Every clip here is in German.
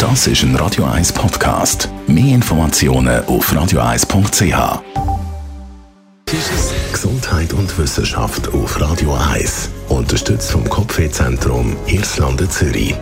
Das ist ein Radio 1 Podcast. Mehr Informationen auf radio1.ch. Gesundheit und Wissenschaft auf Radio 1. Unterstützt vom Kopfwehzentrum Irlande Zürich.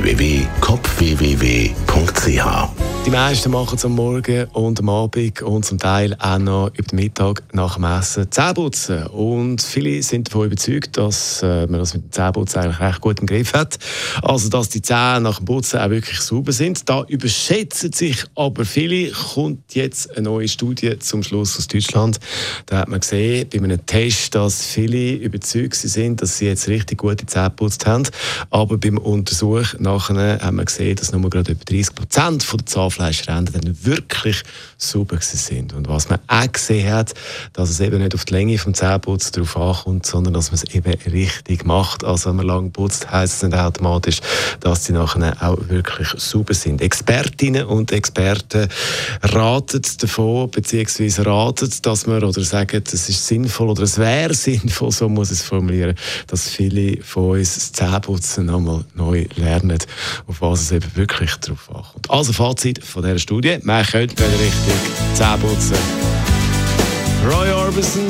www.kopfwww.ch. Die meisten machen es am Morgen und am Abend und zum Teil auch noch über den Mittag nach dem Essen Zähneputzen. Und viele sind davon überzeugt, dass man das mit dem Zähneputzen eigentlich recht gut im Griff hat. Also, dass die Zähne nach dem Putzen auch wirklich sauber sind. Da überschätzen sich aber viele. Kommt jetzt eine neue Studie zum Schluss aus Deutschland. Da hat man gesehen, bei einem Test, dass viele überzeugt sind, dass sie jetzt richtig gute Zähne geputzt haben. Aber beim Untersuch nachher haben wir gesehen, dass nur gerade über 30% der Zahnfleischränder dann wirklich sauber sind. Und was man auch gesehen hat, dass es eben nicht auf die Länge vom Zähneputzen drauf ankommt, sondern dass man es eben richtig macht. Also wenn man lang putzt, heisst es nicht automatisch, dass sie nachher auch wirklich sauber sind. Expertinnen und Experten raten davon, beziehungsweise raten, dass man, oder sagen, es ist sinnvoll oder es wäre sinnvoll, so muss ich es formulieren, dass viele von uns das Zähneputzen nochmal neu lernen, auf was es eben wirklich drauf ankommt. Also Fazit von dieser Studie: man könnte richtig Zähne putzen. Roy Orbison.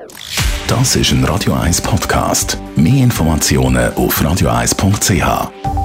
Das ist ein Radio 1 Podcast. Mehr Informationen auf radio1.ch.